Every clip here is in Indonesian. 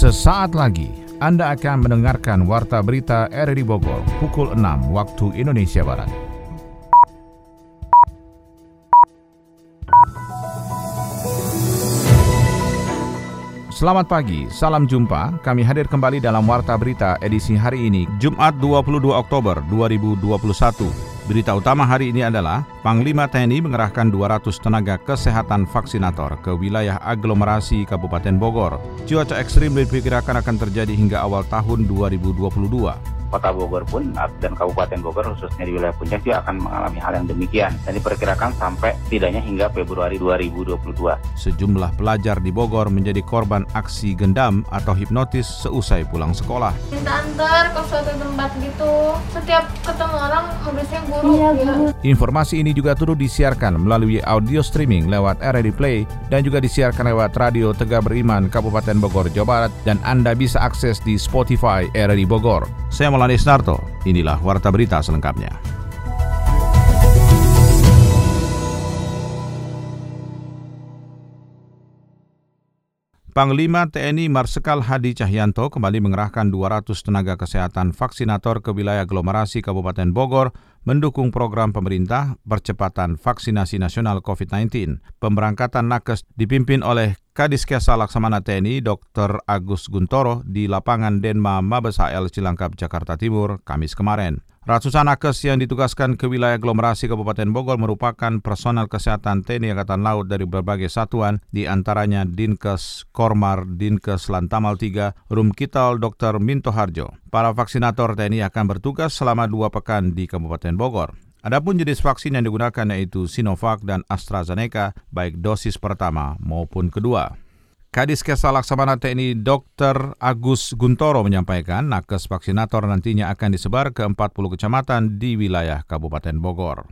Sesaat lagi Anda akan mendengarkan Warta Berita RRI Bogor pukul 6 waktu Indonesia Barat. Selamat pagi, salam jumpa. Kami hadir kembali dalam Warta Berita edisi hari ini, Jumat 22 Oktober 2021. Berita utama hari ini adalah Panglima TNI mengerahkan 200 tenaga kesehatan vaksinator ke wilayah aglomerasi Kabupaten Bogor. Cuaca ekstrim diperkirakan akan terjadi hingga awal tahun 2022. Kota Bogor pun dan Kabupaten Bogor khususnya di wilayah Puncak juga akan mengalami hal yang demikian dan diperkirakan sampai setidaknya hingga Februari 2022. Sejumlah pelajar di Bogor menjadi korban aksi gendam atau hipnotis seusai pulang sekolah. Minta antar ke suatu tempat gitu. Setiap ketemu orang habisnya guru. Informasi ini juga turut disiarkan melalui audio streaming lewat RRI Play dan juga disiarkan lewat Radio Tegak Beriman Kabupaten Bogor, Jawa Barat, dan Anda bisa akses di Spotify RRI Bogor. Saya Maulana Isnarto, inilah Warta Berita selengkapnya. Panglima TNI Marsikal Hadi Cahyanto kembali mengerahkan 200 tenaga kesehatan vaksinator ke wilayah aglomerasi Kabupaten Bogor mendukung program pemerintah percepatan vaksinasi nasional COVID-19. Pemberangkatan nakes dipimpin oleh Kadiskesa Laksamana TNI Dr. Agus Guntoro di lapangan Denma Mabes HL Cilangkap, Jakarta Timur, Kamis kemarin. Ratusan nakes yang ditugaskan ke wilayah aglomerasi Kabupaten Bogor merupakan personel kesehatan TNI Angkatan Laut dari berbagai satuan, di antaranya Dinkes Kormar, Dinkes Lantamal 3, Rumkital Dr. Minto Harjo. Para vaksinator TNI akan bertugas selama 2 pekan di Kabupaten Bogor. Adapun jenis vaksin yang digunakan yaitu Sinovac dan AstraZeneca, baik dosis pertama maupun kedua. Kadiskesa Laksamana TNI Dr. Agus Guntoro menyampaikan nakes vaksinator nantinya akan disebar ke 40 kecamatan di wilayah Kabupaten Bogor.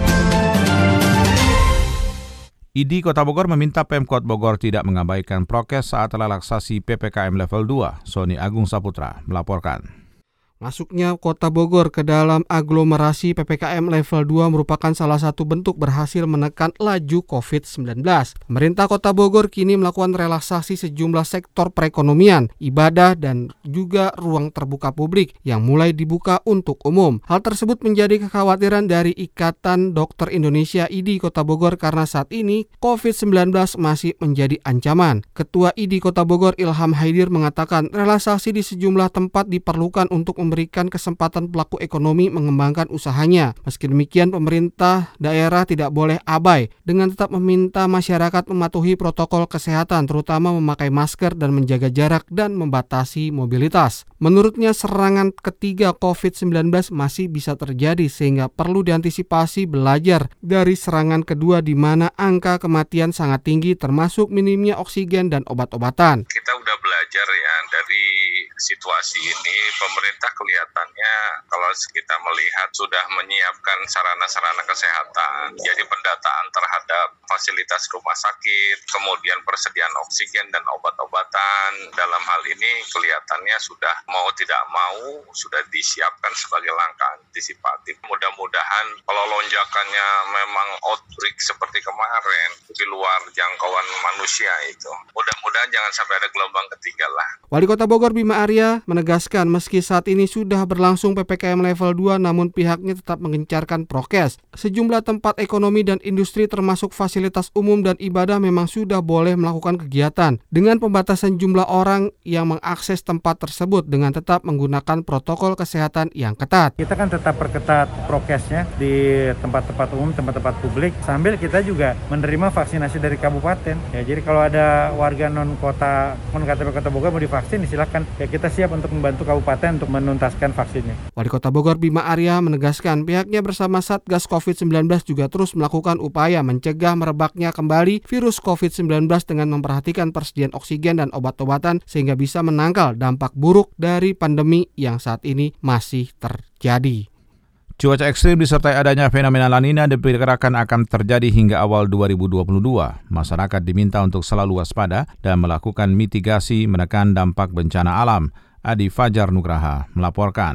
ID Kota Bogor meminta Pemkot Bogor tidak mengabaikan prokes saat relaksasi PPKM level 2. Sony Agung Saputra melaporkan. Masuknya Kota Bogor ke dalam aglomerasi PPKM level 2 merupakan salah satu bentuk berhasil menekan laju COVID-19. Pemerintah Kota Bogor kini melakukan relaksasi sejumlah sektor perekonomian, ibadah, dan juga ruang terbuka publik yang mulai dibuka untuk umum. Hal tersebut menjadi kekhawatiran dari Ikatan Dokter Indonesia ID Kota Bogor karena saat ini COVID-19 masih menjadi ancaman. Ketua ID Kota Bogor Ilham Haidir mengatakan relaksasi di sejumlah tempat diperlukan untuk memberikan kesempatan pelaku ekonomi mengembangkan usahanya. Meski demikian, pemerintah daerah tidak boleh abai dengan tetap meminta masyarakat mematuhi protokol kesehatan, terutama memakai masker dan menjaga jarak dan membatasi mobilitas. Menurutnya, serangan ketiga COVID-19 masih bisa terjadi sehingga perlu diantisipasi belajar dari serangan kedua di mana angka kematian sangat tinggi termasuk minimnya oksigen dan obat-obatan. Kita udah belajar ya dari situasi ini. Pemerintah kelihatannya kalau kita melihat sudah menyiapkan sarana-sarana kesehatan. Jadi pendataan terhadap fasilitas rumah sakit, kemudian persediaan oksigen dan obat-obatan. Dalam hal ini kelihatannya sudah mau tidak mau sudah disiapkan sebagai langkah antisipatif. Mudah-mudahan kalau lonjakannya memang outbreak seperti kemarin di luar jangkauan manusia itu, mudah-mudahan jangan sampai ada gelombang ketiga lah. Wali Kota Bogor Bima Arya menegaskan meski saat ini sudah berlangsung PPKM level 2 namun pihaknya tetap mengencarkan prokes. Sejumlah tempat ekonomi dan industri termasuk fasilitas umum dan ibadah memang sudah boleh melakukan kegiatan dengan pembatasan jumlah orang yang mengakses tempat tersebut dengan tetap menggunakan protokol kesehatan yang ketat. Kita kan tetap perketat prokesnya di tempat-tempat umum, tempat-tempat publik sambil kita juga menerima vaksinasi dari kabupaten. Ya, jadi kalau ada warga non-KTP Kota Bogor mau divaksin silakan. Ya, kita siap untuk membantu kabupaten untuk menuntaskan vaksinnya. Wali Kota Bogor Bima Arya menegaskan pihaknya bersama Satgas COVID-19 juga terus melakukan upaya mencegah merebaknya kembali virus COVID-19 dengan memperhatikan persediaan oksigen dan obat-obatan sehingga bisa menangkal dampak buruk dari pandemi yang saat ini masih terjadi. Cuaca ekstrim disertai adanya fenomena La Nina diperkirakan akan terjadi hingga awal 2022. Masyarakat diminta untuk selalu waspada dan melakukan mitigasi menekan dampak bencana alam. Adi Fajar Nugraha melaporkan.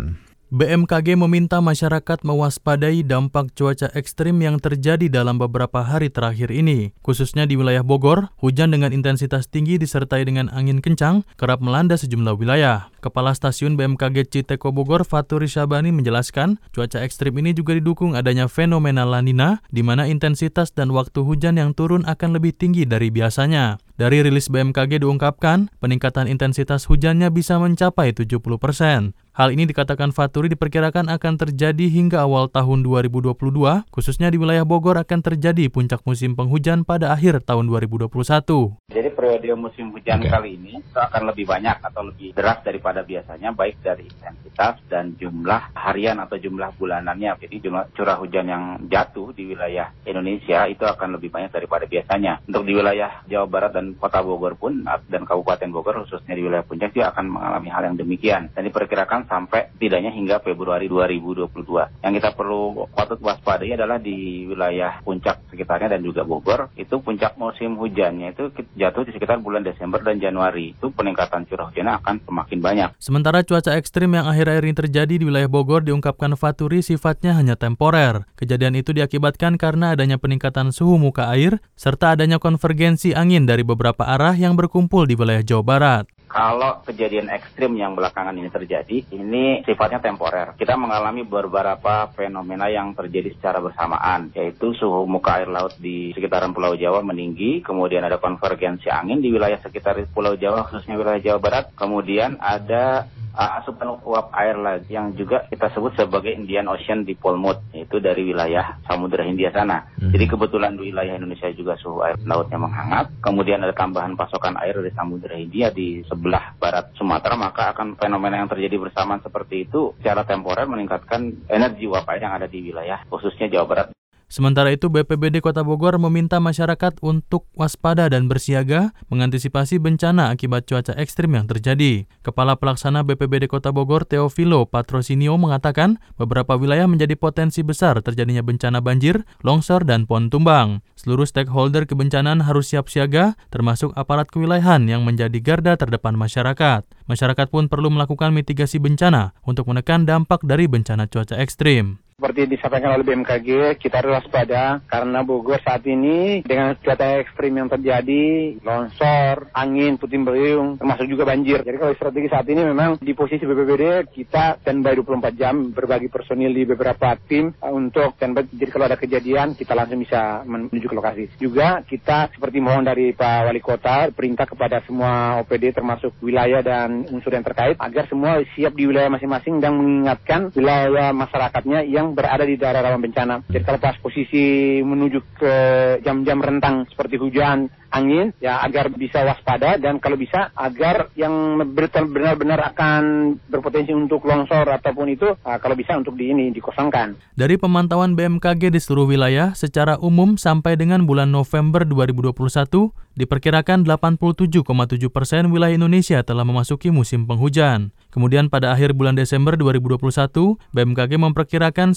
BMKG meminta masyarakat mewaspadai dampak cuaca ekstrim yang terjadi dalam beberapa hari terakhir ini. Khususnya di wilayah Bogor, hujan dengan intensitas tinggi disertai dengan angin kencang kerap melanda sejumlah wilayah. Kepala Stasiun BMKG Citeko Bogor, Faturi Syabani menjelaskan, cuaca ekstrim ini juga didukung adanya fenomena La Nina, di mana intensitas dan waktu hujan yang turun akan lebih tinggi dari biasanya. Dari rilis BMKG diungkapkan, peningkatan intensitas hujannya bisa mencapai 70%. Hal ini dikatakan Faturi diperkirakan akan terjadi hingga awal tahun 2022, khususnya di wilayah Bogor akan terjadi puncak musim penghujan pada akhir tahun 2021. Jadi periode musim hujan kali ini itu akan lebih banyak atau lebih deras daripada biasanya, baik dari intensitas dan jumlah harian atau jumlah bulanannya. Jadi jumlah curah hujan yang jatuh di wilayah Indonesia itu akan lebih banyak daripada biasanya. Untuk di wilayah Jawa Barat dan Kota Bogor pun dan Kabupaten Bogor khususnya di wilayah Puncak juga akan mengalami hal yang demikian. Dan diperkirakan sampai tidaknya hingga Februari 2022. Yang kita perlu patut waspadai adalah di wilayah Puncak sekitarnya dan juga Bogor, itu puncak musim hujannya itu jatuh di sekitar bulan Desember dan Januari. Itu peningkatan curah hujannya akan semakin banyak. Sementara cuaca ekstrim yang akhir-akhir ini terjadi di wilayah Bogor diungkapkan Faturi sifatnya hanya temporer. Kejadian itu diakibatkan karena adanya peningkatan suhu muka air serta adanya konvergensi angin dari beberapa arah yang berkumpul di wilayah Jawa Barat. Kalau kejadian ekstrim yang belakangan ini terjadi, ini sifatnya temporer. Kita mengalami beberapa fenomena yang terjadi secara bersamaan, yaitu suhu muka air laut di sekitaran Pulau Jawa meninggi, kemudian ada konvergensi angin di wilayah sekitar Pulau Jawa, khususnya wilayah Jawa Barat, kemudian ada asupan uap air laut yang juga kita sebut sebagai Indian Ocean Dipole, yaitu dari wilayah Samudra Hindia sana. Jadi kebetulan di wilayah Indonesia juga suhu air lautnya menghangat, kemudian ada tambahan pasokan air dari Samudra Hindia di sebelah barat Sumatera, maka akan fenomena yang terjadi bersamaan seperti itu secara temporer meningkatkan energi uap air yang ada di wilayah khususnya Jawa Barat. Sementara itu, BPBD Kota Bogor meminta masyarakat untuk waspada dan bersiaga mengantisipasi bencana akibat cuaca ekstrim yang terjadi. Kepala Pelaksana BPBD Kota Bogor, Teofilo Patrocinio, mengatakan beberapa wilayah menjadi potensi besar terjadinya bencana banjir, longsor, dan pohon tumbang. Seluruh stakeholder kebencanaan harus siap siaga, termasuk aparat kewilayahan yang menjadi garda terdepan masyarakat. Masyarakat pun perlu melakukan mitigasi bencana untuk menekan dampak dari bencana cuaca ekstrim. Seperti disampaikan oleh BMKG, kita harus waspada karena Bogor saat ini dengan cuaca ekstrim yang terjadi, longsor, angin, puting beliung, termasuk juga banjir. Jadi kalau strategi saat ini memang di posisi BPBD kita standby 24 jam, berbagi personil di beberapa tim untuk standby. Jadi kalau ada kejadian kita langsung bisa menuju ke lokasi. Juga kita seperti mohon dari Pak Wali Kota, perintah kepada semua OPD termasuk wilayah dan unsur yang terkait agar semua siap di wilayah masing-masing dan mengingatkan wilayah masyarakatnya yang berada di daerah rawan bencana. Jadi kalau pas posisi menuju ke jam-jam rentang seperti hujan, angin, ya agar bisa waspada dan kalau bisa agar yang benar-benar akan berpotensi untuk longsor ataupun itu kalau bisa untuk dikosongkan. Dari pemantauan BMKG di seluruh wilayah, secara umum sampai dengan bulan November 2021, diperkirakan 87,7% wilayah Indonesia telah memasuki musim penghujan. Kemudian pada akhir bulan Desember 2021, BMKG memperkirakan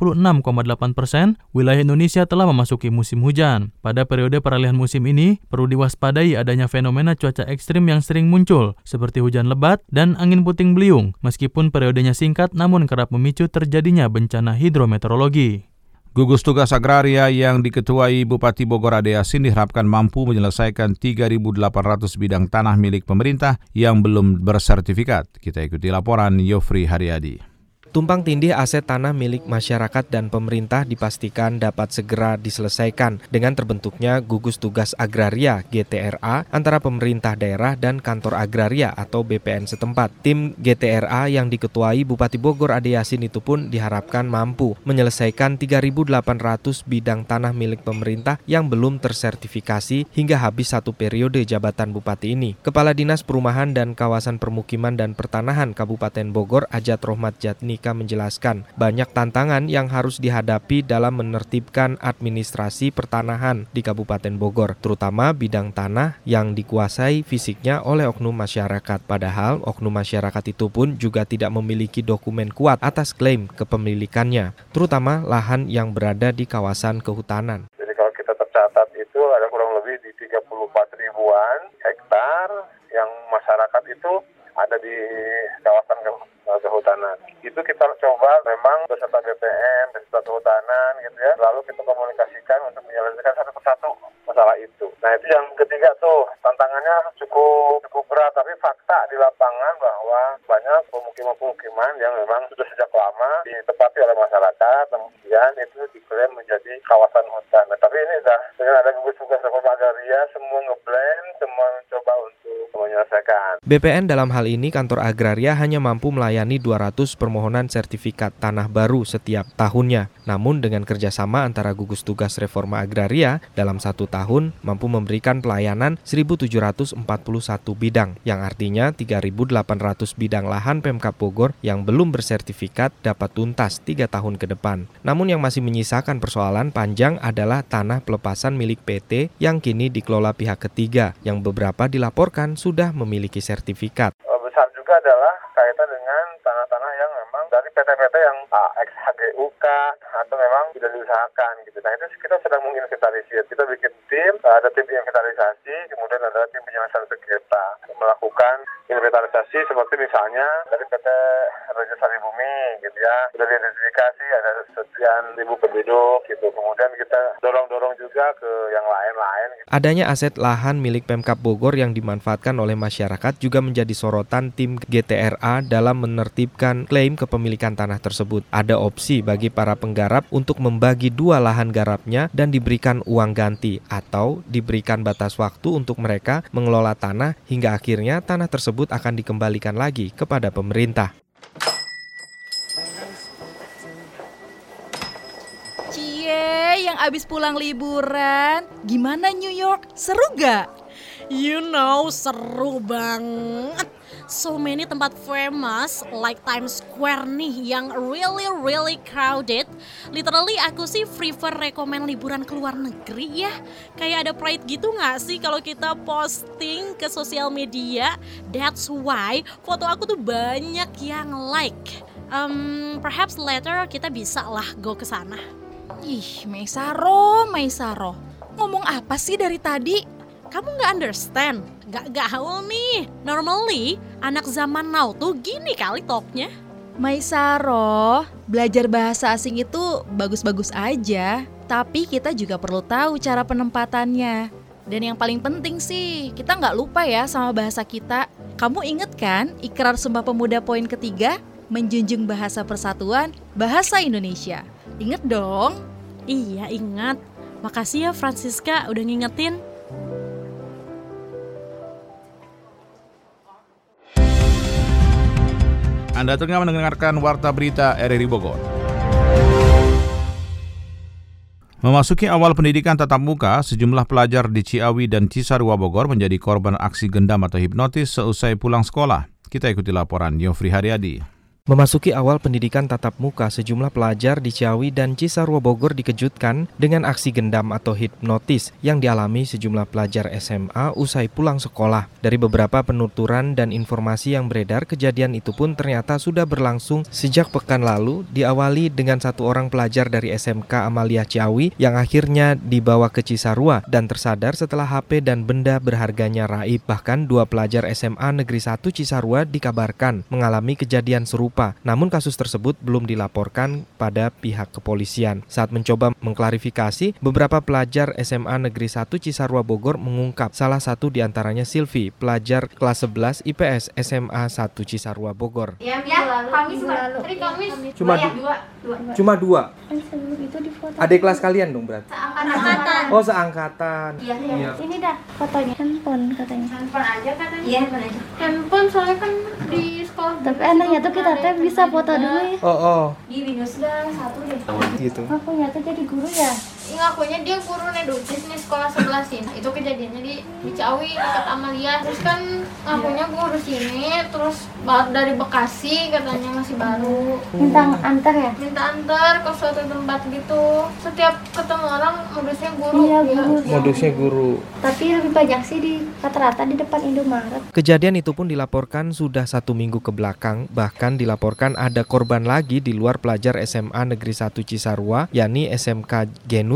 96,8% wilayah Indonesia telah memasuki musim hujan. Pada periode peralihan musim ini, perlu diwaspadai adanya fenomena cuaca ekstrim yang sering muncul, seperti hujan lebat dan angin puting beliung, meskipun periodenya singkat namun kerap memicu terjadinya bencana hidrometeorologi. Gugus Tugas Agraria yang diketuai Bupati Bogor Ade Yasin diharapkan mampu menyelesaikan 3.800 bidang tanah milik pemerintah yang belum bersertifikat. Kita ikuti laporan Yofri Haryadi. Tumpang tindih aset tanah milik masyarakat dan pemerintah dipastikan dapat segera diselesaikan dengan terbentuknya Gugus Tugas Agraria GTRA antara pemerintah daerah dan kantor agraria atau BPN setempat. Tim GTRA yang diketuai Bupati Bogor Ade Yasin itu pun diharapkan mampu menyelesaikan 3.800 bidang tanah milik pemerintah yang belum tersertifikasi hingga habis satu periode jabatan Bupati ini. Kepala Dinas Perumahan dan Kawasan Permukiman dan Pertanahan Kabupaten Bogor Ajat Rohmat Jatnika menjelaskan banyak tantangan yang harus dihadapi dalam menertibkan administrasi pertanahan di Kabupaten Bogor, terutama bidang tanah yang dikuasai fisiknya oleh oknum masyarakat. Padahal oknum masyarakat itu pun juga tidak memiliki dokumen kuat atas klaim kepemilikannya, terutama lahan yang berada di kawasan kehutanan. Jadi kalau kita tercatat itu ada kurang lebih di 34 ribuan hektar yang masyarakat itu ada di kawasan kehutanan. Itu kita coba memang beserta BPN, beserta kehutanan gitu ya, lalu kita komunikasikan untuk menyelesaikan satu persatu masalah itu. Nah itu yang ketiga tuh, tantangannya cukup berat, tapi fakta di lapangan bahwa banyak pemukiman-pemukiman yang memang sudah sejak lama ditempati oleh masyarakat, kemudian itu diklaim menjadi kawasan hutan. Nah, tapi ini dengan ada gugus tugas reforma agraria, semua ngeblend, semua mencoba untuk menyelesaikan. BPN dalam hal ini kantor agraria hanya mampu melayani 200 permohonan sertifikat tanah baru setiap tahunnya. Namun dengan kerjasama antara gugus tugas reforma agraria dalam 1 tahun mampu memberikan pelayanan 1.741 bidang, yang artinya 3.800 bidang lahan Pemkab Bogor yang belum bersertifikat dapat tuntas 3 tahun ke depan. Namun yang masih menyisakan persoalan panjang adalah tanah pelepasan milik PT yang kini dikelola pihak ketiga, yang beberapa dilaporkan sudah memiliki sertifikat. Besar juga adalah kaitan dengan tanah-tanah yang memang dari PT-PT yang ex-HGUK atau memang tidak diusahakan gitu. Nah itu kita sedang menginventarisir. Kita bikin tim, ada tim inventarisasi, kemudian ada tim penyelesaian sengketa melakukan inventarisasi seperti misalnya dari PT Raja Sari Bumi gitu ya, sudah diidentifikasi ada sekian ribu penduduk gitu. Kemudian kita dorong juga ke yang lain-lain. Gitu. Adanya aset lahan milik Pemkab Bogor yang dimanfaatkan oleh masyarakat juga menjadi sorotan tim GTRA dalam menertibkan klaim kepemilikan tanah tersebut. Ada opsi bagi para penggarap untuk membagi 2 lahan garapnya dan diberikan uang ganti atau diberikan batas waktu untuk mereka mengelola tanah hingga akhirnya tanah tersebut akan dikembalikan lagi kepada pemerintah. Cie, yang abis pulang liburan, gimana New York? Seru gak? You know, seru banget. So many tempat famous like Times Square nih yang really crowded. Literally aku sih prefer recommend liburan ke luar negeri ya. Kayak ada pride gitu gak sih kalau kita posting ke sosial media? That's why foto aku tuh banyak yang like. Perhaps later kita bisa lah go ke sana. Ih, Maisaro. Ngomong apa sih dari tadi? Kamu gak understand? Gak gaul nih. Normally, anak zaman now tuh gini kali talknya. Maisaro, belajar bahasa asing itu bagus-bagus aja. Tapi kita juga perlu tahu cara penempatannya. Dan yang paling penting sih, kita gak lupa ya sama bahasa kita. Kamu inget kan Ikrar Sumpah Pemuda poin ketiga? Menjunjung bahasa persatuan, bahasa Indonesia. Ingat dong? Iya, ingat. Makasih ya Francisca udah ngingetin. Anda tengah mendengarkan Warta Berita RRI Bogor. Memasuki awal pendidikan tatap muka, sejumlah pelajar di Ciawi dan Cisarua Bogor menjadi korban aksi gendam atau hipnotis seusai pulang sekolah. Kita ikuti laporan Yofri Haryadi. Memasuki awal pendidikan tatap muka, sejumlah pelajar di Ciawi dan Cisarua Bogor dikejutkan dengan aksi gendam atau hipnotis yang dialami sejumlah pelajar SMA usai pulang sekolah. Dari beberapa penuturan dan informasi yang beredar, kejadian itu pun ternyata sudah berlangsung sejak pekan lalu, diawali dengan 1 orang pelajar dari SMK Amalia Ciawi yang akhirnya dibawa ke Cisarua dan tersadar setelah HP dan benda berharganya raib. Bahkan 2 pelajar SMA Negeri 1 Cisarua dikabarkan mengalami kejadian serupa. Namun kasus tersebut belum dilaporkan pada pihak kepolisian. Saat mencoba mengklarifikasi, beberapa pelajar SMA Negeri 1 Cisarua Bogor mengungkap salah satu diantaranya Silvi, pelajar kelas 11 IPS SMA 1 Cisarua Bogor. Kamis. Cuma 2. Sebelum itu di foto. Adik kelas kalian dong berarti? Seangkatan. Oh, seangkatan. Iya. Ini dah fotonya. Handphone katanya. Handphone aja katanya. Iya, handphone aja. Handphone soalnya kan di sekolah. Tapi enaknya tuh kita bisa foto dulu ya. Oh. Di minus dah 1 deh. Gitu. Ngakunya tuh jadi guru ya? Ngakunya dia guru nedukis nih sekolah sebelah sini. Itu kejadiannya di Ciawi dekat Amalia. Terus kan ngakunya guru sini, terus dari Bekasi katanya masih baru. Minta antar ya? Minta antar ke suatu tempat gitu. Setiap ketemu orang modusnya guru. Iya, guru. Modusnya guru. Tapi lebih banyak sih di rata-rata di depan Indomaret. Kejadian itu pun dilaporkan sudah 1 minggu ke belakang. Bahkan dilaporkan ada korban lagi di luar pelajar SMA Negeri 1 Cisarua, yakni SMK Genus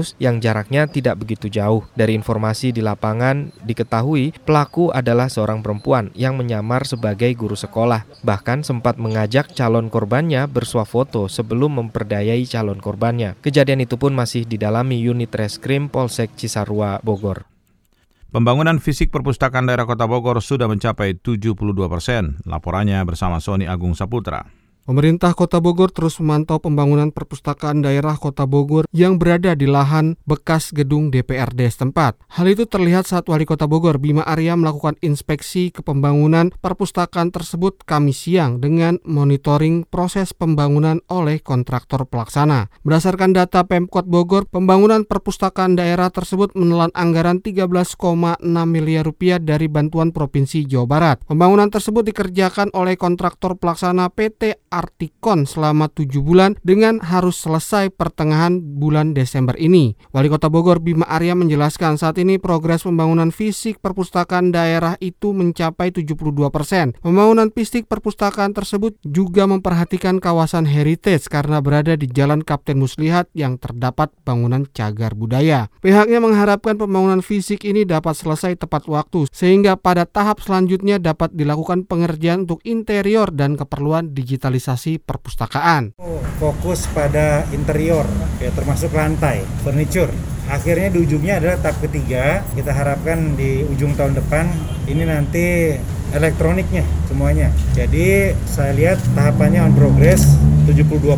kampus yang jaraknya tidak begitu jauh. Dari informasi di lapangan diketahui pelaku adalah seorang perempuan yang menyamar sebagai guru sekolah. Bahkan sempat mengajak calon korbannya bersuah foto sebelum memperdayai calon korbannya. Kejadian itu pun masih didalami unit reskrim Polsek Cisarua, Bogor. Pembangunan fisik perpustakaan daerah Kota Bogor sudah mencapai 72%. Laporannya bersama Sony Agung Saputra. Pemerintah Kota Bogor terus memantau pembangunan perpustakaan daerah Kota Bogor yang berada di lahan bekas gedung DPRD setempat. Hal itu terlihat saat Wali Kota Bogor Bima Arya melakukan inspeksi ke pembangunan perpustakaan tersebut Kamis siang dengan monitoring proses pembangunan oleh kontraktor pelaksana. Berdasarkan data Pemkot Bogor, pembangunan perpustakaan daerah tersebut menelan anggaran 13,6 miliar rupiah dari bantuan Provinsi Jawa Barat. Pembangunan tersebut dikerjakan oleh kontraktor pelaksana PT Artikon selama 7 bulan dengan harus selesai pertengahan bulan Desember ini. Wali Kota Bogor Bima Arya menjelaskan saat ini progres pembangunan fisik perpustakaan daerah itu mencapai 72%. Pembangunan fisik perpustakaan tersebut juga memperhatikan kawasan heritage karena berada di Jalan Kapten Muslihat yang terdapat bangunan cagar budaya. Pihaknya mengharapkan pembangunan fisik ini dapat selesai tepat waktu sehingga pada tahap selanjutnya dapat dilakukan pengerjaan untuk interior dan keperluan digitalisasi perpustakaan. Fokus pada interior, ya termasuk lantai, furniture. Akhirnya di ujungnya adalah tahap ketiga. Kita harapkan di ujung tahun depan ini nanti elektroniknya semuanya. Jadi saya lihat tahapannya on progress 72%.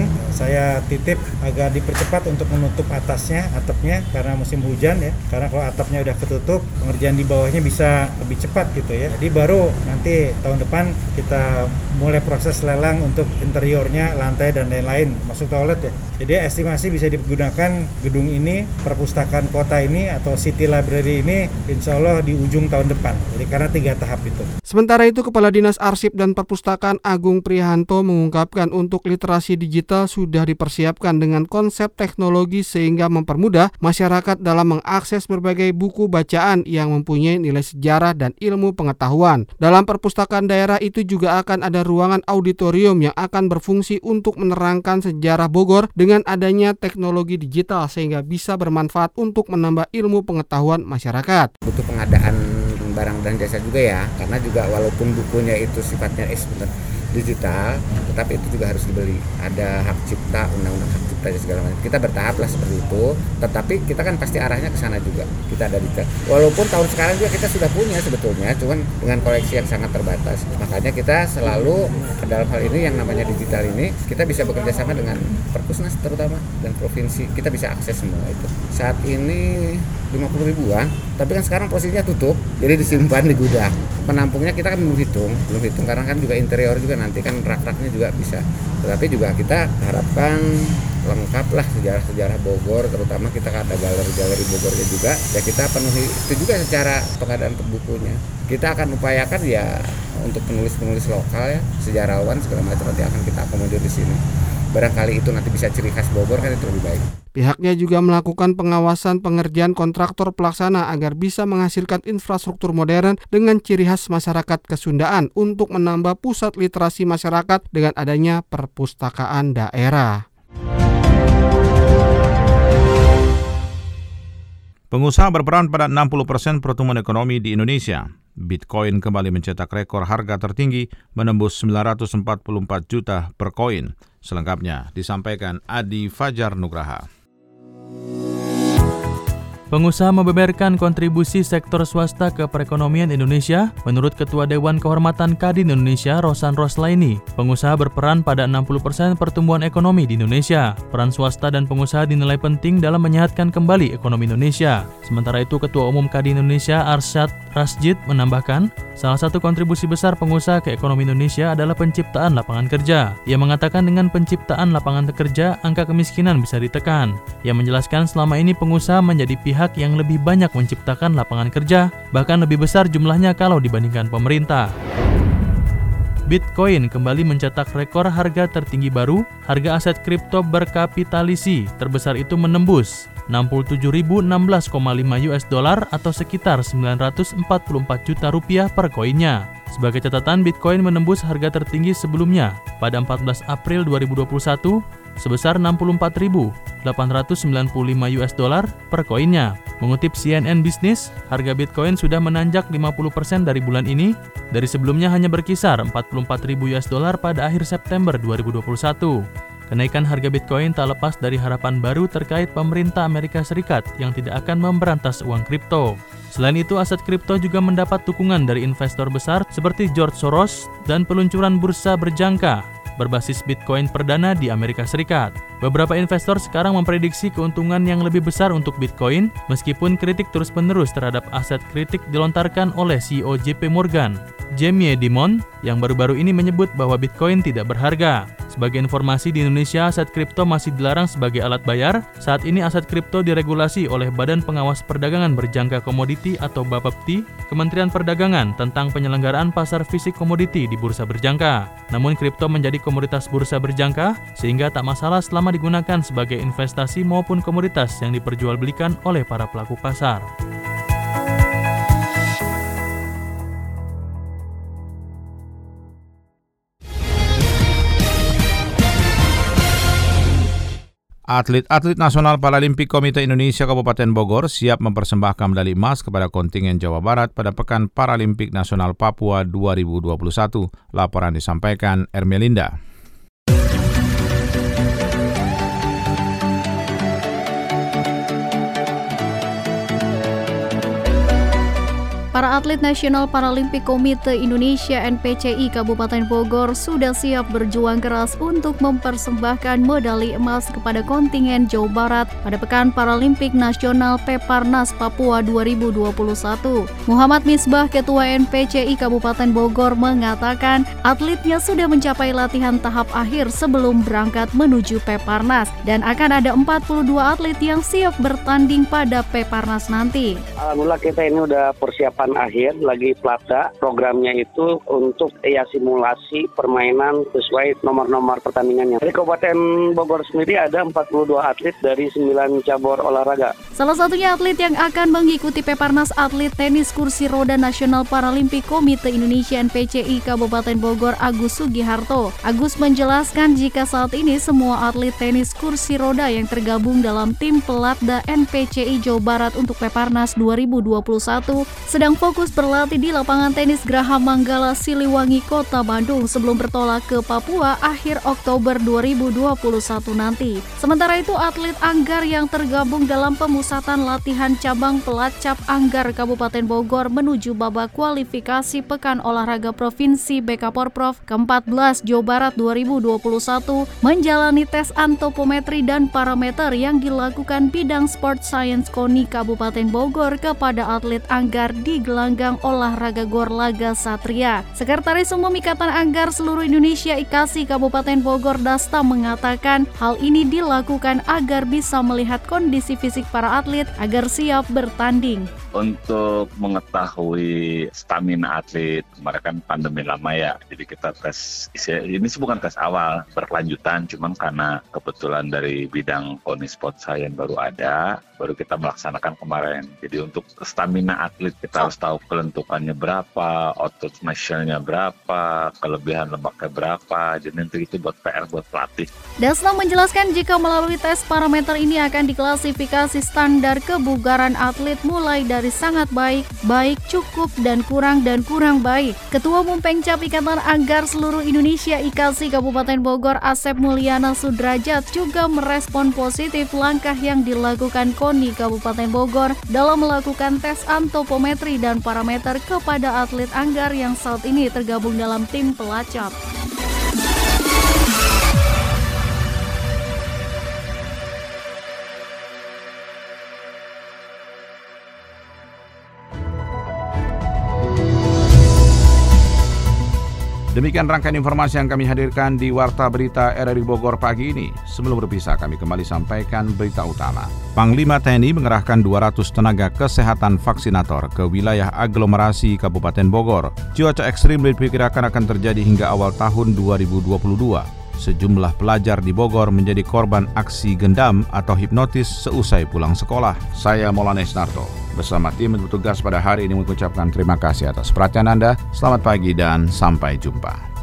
Saya titip agak dipercepat untuk menutup atasnya, atapnya karena musim hujan ya. Karena kalau atapnya udah ketutup, pengerjaan di bawahnya bisa lebih cepat gitu ya. Jadi baru nanti tahun depan kita mulai proses lelang untuk interiornya, lantai dan lain-lain, masuk toilet ya. Jadi estimasi bisa digunakan gedung ini, perpustakaan kota ini atau city library ini insya Allah di ujung tahun depan. Jadi karena 3 tahap itu. Sementara itu Kepala Dinas Arsip dan Perpustakaan Agung Prihanto mengungkapkan untuk literasi digital sudah dipersiapkan dengan konsep teknologi sehingga mempermudah masyarakat dalam mengakses berbagai buku bacaan yang mempunyai nilai sejarah dan ilmu pengetahuan. Dalam perpustakaan daerah itu juga akan ada ruangan auditorium yang akan berfungsi untuk menerangkan sejarah Bogor dengan adanya teknologi digital sehingga bisa bermanfaat untuk menambah ilmu pengetahuan masyarakat. Butuh pengadaan barang dan jasa juga ya, karena juga walaupun bukunya itu sifatnya digital, tetapi itu juga harus dibeli. Ada hak cipta, undang-undang hak cipta dan segala macam. Kita bertahap lah seperti itu, tetapi kita kan pasti arahnya ke sana juga. Kita ada digital. Walaupun tahun sekarang juga kita sudah punya sebetulnya, cuman dengan koleksi yang sangat terbatas. Makanya kita selalu dalam hal ini yang namanya digital ini, kita bisa bekerja sama dengan Perpusnas terutama dan provinsi. Kita bisa akses semua itu. Saat ini 50 ribuan, tapi kan sekarang posisinya tutup, jadi disimpan di gudang. Penampungnya kita kan belum hitung karena kan juga interior juga nanti kan rak-raknya juga bisa. Tetapi juga kita harapkan lengkap lah sejarah-sejarah Bogor, terutama kita ada galeri-galeri Bogornya juga. Ya kita penuhi itu juga secara pengadaan bukunya. Kita akan upayakan ya untuk penulis-penulis lokal ya, sejarawan segala macam nanti akan kita akomodir di sini. Barangkali itu nanti bisa ciri khas Bogor kan itu lebih baik. Pihaknya juga melakukan pengawasan pengerjaan kontraktor pelaksana agar bisa menghasilkan infrastruktur modern dengan ciri khas masyarakat Kesundaan untuk menambah pusat literasi masyarakat dengan adanya perpustakaan daerah. Pengusaha berperan pada 60% pertumbuhan ekonomi di Indonesia. Bitcoin kembali mencetak rekor harga tertinggi menembus 944 juta per koin. Selengkapnya disampaikan Adi Fajar Nugraha. Pengusaha membeberkan kontribusi sektor swasta ke perekonomian Indonesia. Menurut Ketua Dewan Kehormatan Kadin Indonesia, Rosan Roslaini, pengusaha berperan pada 60% pertumbuhan ekonomi di Indonesia. Peran swasta dan pengusaha dinilai penting dalam menyehatkan kembali ekonomi Indonesia. Sementara itu, Ketua Umum Kadin Indonesia Arsyad Rasjid menambahkan, salah satu kontribusi besar pengusaha ke ekonomi Indonesia adalah penciptaan lapangan kerja. Ia mengatakan dengan penciptaan lapangan kerja, angka kemiskinan bisa ditekan. Ia menjelaskan selama ini pengusaha menjadi pihak yang lebih banyak menciptakan lapangan kerja, bahkan lebih besar jumlahnya kalau dibandingkan pemerintah. Bitcoin kembali mencetak rekor harga tertinggi baru. Harga aset kripto berkapitalisasi terbesar itu menembus 67.016,5 US dollar atau sekitar 944 juta rupiah per koinnya. Sebagai catatan, Bitcoin menembus harga tertinggi sebelumnya pada 14 April 2021 sebesar 64.000 $895 per koinnya. Mengutip CNN Business, harga Bitcoin sudah menanjak 50% dari bulan ini, dari sebelumnya hanya berkisar $44.000 pada akhir September 2021. Kenaikan harga Bitcoin tak lepas dari harapan baru terkait pemerintah Amerika Serikat yang tidak akan memberantas uang kripto. Selain itu, aset kripto juga mendapat dukungan dari investor besar seperti George Soros dan peluncuran bursa berjangka berbasis Bitcoin perdana di Amerika Serikat. Beberapa investor sekarang memprediksi keuntungan yang lebih besar untuk Bitcoin, meskipun kritik terus-menerus terhadap aset kritik dilontarkan oleh CEO JP Morgan, Jamie Dimon, yang baru-baru ini menyebut bahwa Bitcoin tidak berharga. Sebagai informasi, di Indonesia aset kripto masih dilarang sebagai alat bayar. Saat ini aset kripto diregulasi oleh Badan Pengawas Perdagangan Berjangka Komoditi atau Bapepti, Kementerian Perdagangan tentang penyelenggaraan pasar fisik komoditi di bursa berjangka. Namun kripto menjadi komoditas bursa berjangka sehingga tak masalah selama digunakan sebagai investasi maupun komoditas yang diperjualbelikan oleh para pelaku pasar. Atlet-atlet Nasional Paralimpik Komite Indonesia Kabupaten Bogor siap mempersembahkan medali emas kepada kontingen Jawa Barat pada Pekan Paralimpik Nasional Papua 2021. Laporan disampaikan Ermelinda. Para atlet Nasional Paralimpik Komite Indonesia NPCI Kabupaten Bogor sudah siap berjuang keras untuk mempersembahkan medali emas kepada kontingen Jawa Barat pada Pekan Paralimpik Nasional Peparnas Papua 2021. Muhammad Misbah, Ketua NPCI Kabupaten Bogor, mengatakan atletnya sudah mencapai latihan tahap akhir sebelum berangkat menuju Peparnas dan akan ada 42 atlet yang siap bertanding pada Peparnas nanti. Alhamdulillah kita ini udah persiapan akhir, lagi pelata programnya itu untuk simulasi permainan sesuai nomor-nomor pertandingannya. Dari Kabupaten Bogor sendiri ada 42 atlet dari 9 cabur olahraga. Salah satunya atlet yang akan mengikuti Peparnas atlet tenis kursi roda Nasional Paralimpik Komite Indonesia NPCI Kabupaten Bogor, Agus Sugiharto. Agus menjelaskan jika saat ini semua atlet tenis kursi roda yang tergabung dalam tim pelatda NPCI Jawa Barat untuk Peparnas 2021 sedang fokus berlatih di lapangan tenis Graha Manggala, Siliwangi, Kota Bandung sebelum bertolak ke Papua akhir Oktober 2021 nanti. Sementara itu, atlet Anggar yang tergabung dalam pemusatan latihan cabang Pelacap Anggar Kabupaten Bogor menuju babak kualifikasi Pekan Olahraga Provinsi BK-Porprov ke-14 Jawa Barat 2021 menjalani tes antropometri dan parameter yang dilakukan Bidang Sport Science KONI Kabupaten Bogor kepada atlet Anggar di gelanggang olahraga Gor Laga Satria. Sekretaris Umum Ikatan Anggar Seluruh Indonesia IKASI Kabupaten Bogor, Dasta, mengatakan hal ini dilakukan agar bisa melihat kondisi fisik para atlet agar siap bertanding. Untuk mengetahui stamina atlet, kemarin kan pandemi lama ya, jadi kita tes, ini bukan tes awal, berkelanjutan, cuman karena kebetulan dari bidang KONI Sport Science baru kita melaksanakan kemarin. Jadi untuk stamina atlet kita harus tahu kelentukannya berapa, otot muscle-nya berapa, kelebihan lemaknya berapa, jadi nanti itu buat PR buat pelatih. Dasna menjelaskan jika melalui tes parameter ini akan diklasifikasi standar kebugaran atlet mulai dari sangat baik, baik, cukup, dan kurang baik. Ketua Umum Pengcap Ikatan Anggar Seluruh Indonesia IKASI Kabupaten Bogor, Asep Mulyana Sudrajat, juga merespon positif langkah yang dilakukan KONI Kabupaten Bogor dalam melakukan tes antropometri dan parameter kepada atlet Anggar yang saat ini tergabung dalam tim pelacap. Demikian rangkaian informasi yang kami hadirkan di Warta Berita RRI Bogor pagi ini. Sebelum berpisah, kami kembali sampaikan berita utama. Panglima TNI mengerahkan 200 tenaga kesehatan vaksinator ke wilayah aglomerasi Kabupaten Bogor. Cuaca ekstrim diperkirakan akan terjadi hingga awal tahun 2022. Sejumlah pelajar di Bogor menjadi korban aksi gendam atau hipnotis seusai pulang sekolah. Saya Maulana Isnarto bersama tim bertugas pada hari ini mengucapkan terima kasih atas perhatian Anda. Selamat pagi dan sampai jumpa.